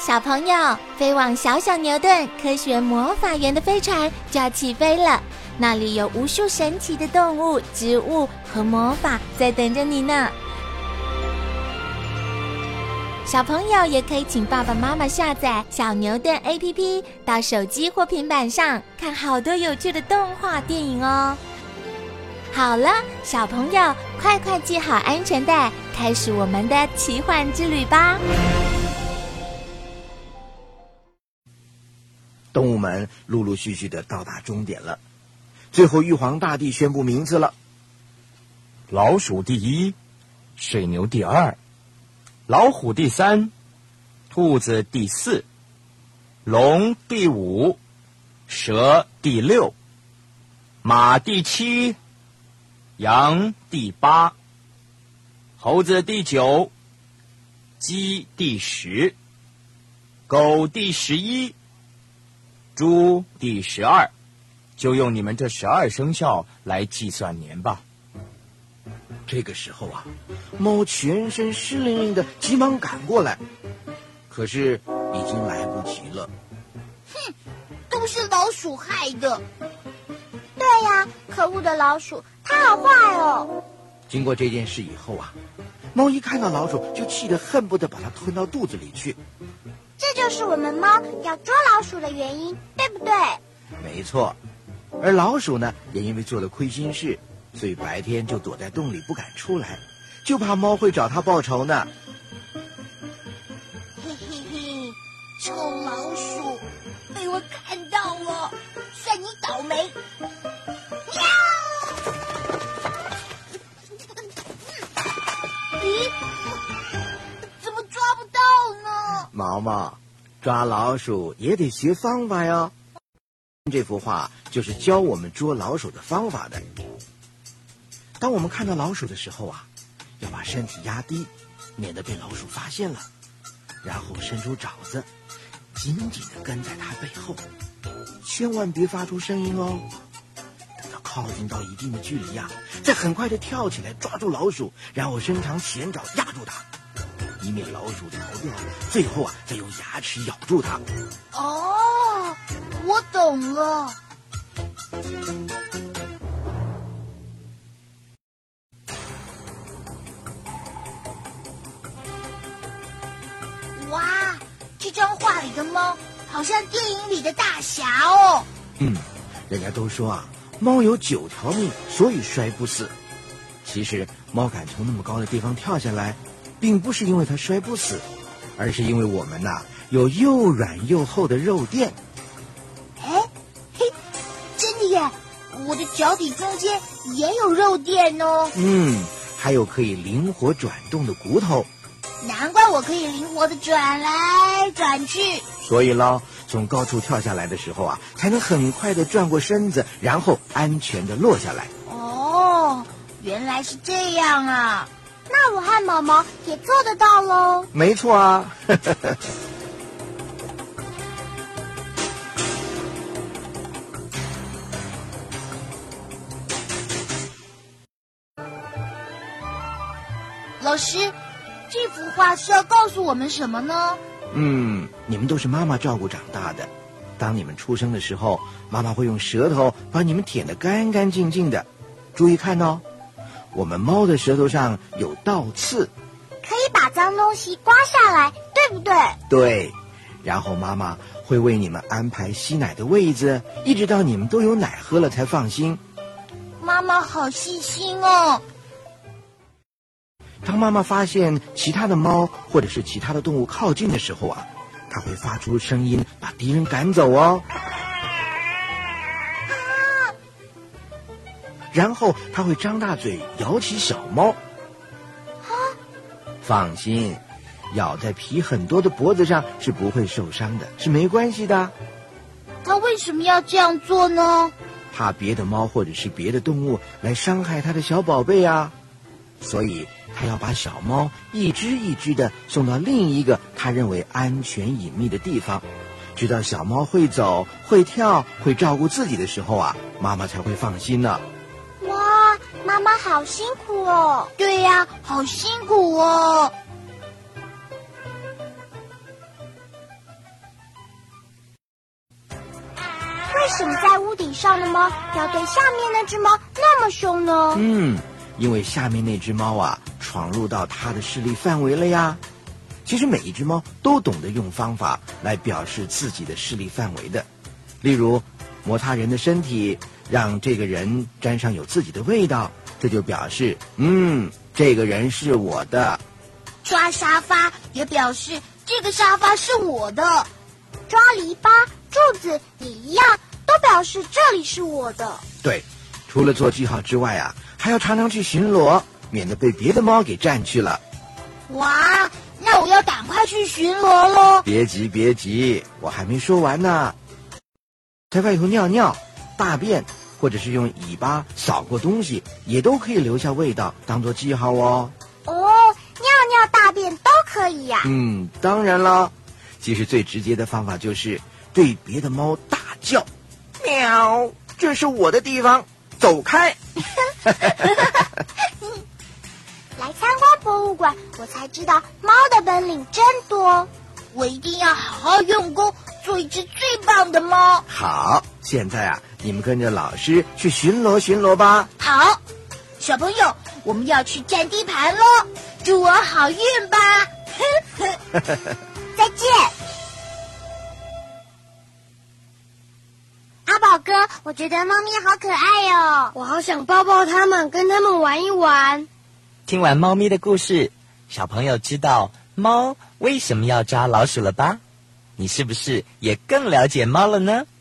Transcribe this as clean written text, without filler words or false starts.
小朋友，飞往小小牛顿科学魔法园的飞船就要起飞了，那里有无数神奇的动物、植物和魔法在等着你呢。小朋友也可以请爸爸妈妈下载小牛顿 APP， 到手机或平板上看好多有趣的动画电影哦。好了，小朋友，快快系好安全带，开始我们的奇幻之旅吧。 动物们陆陆续续的到达终点了，最后玉皇大帝宣布名字了： 老鼠第一，水牛第二，老虎第三，兔子第四，龙第五，蛇第六，马第七，羊第八，猴子第九，鸡第10，狗第11，猪第12，就用你们这12生肖来计算年吧。 这个时候啊，猫全身湿淋淋的，急忙赶过来，可是已经来不及了。 哼，都是老鼠害的。 对呀，可恶的老鼠，它好坏哦。 经过这件事以后啊，猫一看到老鼠就气得恨不得把它吞到肚子里去。 这就是我们猫要捉老鼠的原因，对不对？ 没错。而老鼠呢，也因为做了亏心事，所以白天就躲在洞里不敢出来，就怕猫会找它报仇呢。 嘿嘿嘿，臭老鼠，被我看到了，算你倒霉！咦，怎么抓不到呢？ 毛毛，抓老鼠也得学方法哟。这幅画就是教我们捉老鼠的方法的。当我们看到老鼠的时候啊，要把身体压低，免得被老鼠发现了，然后伸出爪子，紧紧地跟在它背后，千万别发出声音哦。等到靠近到一定的距离呀，再很快地跳起来抓住老鼠，然后伸长前爪压住它，以免老鼠逃掉，最后啊再用牙齿咬住它。 哦，我懂了。哇，这张画里的猫好像电影里的大侠哦。 人家都说啊，猫有9条命，所以摔不死。其实猫敢从那么高的地方跳下来，并不是因为它摔不死，而是因为我们呐，有又软又厚的肉垫。 哎，嘿，真的耶！我的脚底中间也有肉垫哦。 还有可以灵活转动的骨头。 难怪我可以灵活的转来转去。 所以咯，从高处跳下来的时候啊，才能很快的转过身子，然后安全的落下来。 哦，原来是这样啊！ 那我和毛毛也做得到咯。 没错啊。 老师，这幅画是要告诉我们什么呢？ 你们都是妈妈照顾长大的。当你们出生的时候，妈妈会用舌头把你们舔得干干净净的。注意看哦，我们猫的舌头上有倒刺， 可以把脏东西刮下来，对不对？ 对。然后妈妈会为你们安排吸奶的位子，一直到你们都有奶喝了才放心。 妈妈好细心哦。 当妈妈发现其他的猫或者是其他的动物靠近的时候啊，它会发出声音把敌人赶走哦。然后它会张大嘴咬起小猫。放心，咬在皮很多的脖子上是不会受伤的，是没关系的。 它为什么要这样做呢？ 怕别的猫或者是别的动物来伤害它的小宝贝啊，所以他要把小猫一只一只的送到另一个他认为安全隐秘的地方，直到小猫会走、会跳、会照顾自己的时候啊，妈妈才会放心呢。 哇，妈妈好辛苦哦。 对呀，好辛苦哦。 上的猫要对下面那只猫那么凶呢？ 因为下面那只猫啊，闯入到它的势力范围了呀。其实每一只猫都懂得用方法来表示自己的势力范围的，例如摸他人的身体，让这个人沾上有自己的味道，这就表示这个人是我的。 抓沙发也表示这个沙发是我的。 抓篱笆、柱子也一样，都表示这里是我的。 对，除了做记号之外啊，还要常常去巡逻，免得被别的猫给占去了。 哇，那我要赶快去巡逻咯。 别急，我还没说完呢。在外头尿尿、大便，或者是用尾巴扫过东西，也都可以留下味道，当做记号哦。 哦，尿尿、大便都可以呀。 当然了。其实最直接的方法就是对别的猫大叫：喵，这是我的地方，走开。 来参观博物馆，我才知道猫的本领真多。 我一定要好好用功，做一只最棒的猫。 好，现在啊，你们跟着老师去巡逻吧。 好，小朋友，我们要去占地盘咯，祝我好运吧。 再见。阿宝哥，我觉得猫咪好可爱哦， 我好想抱抱它们，跟它们玩一玩。 听完猫咪的故事，小朋友知道猫为什么要抓老鼠了吧？你是不是也更了解猫了呢？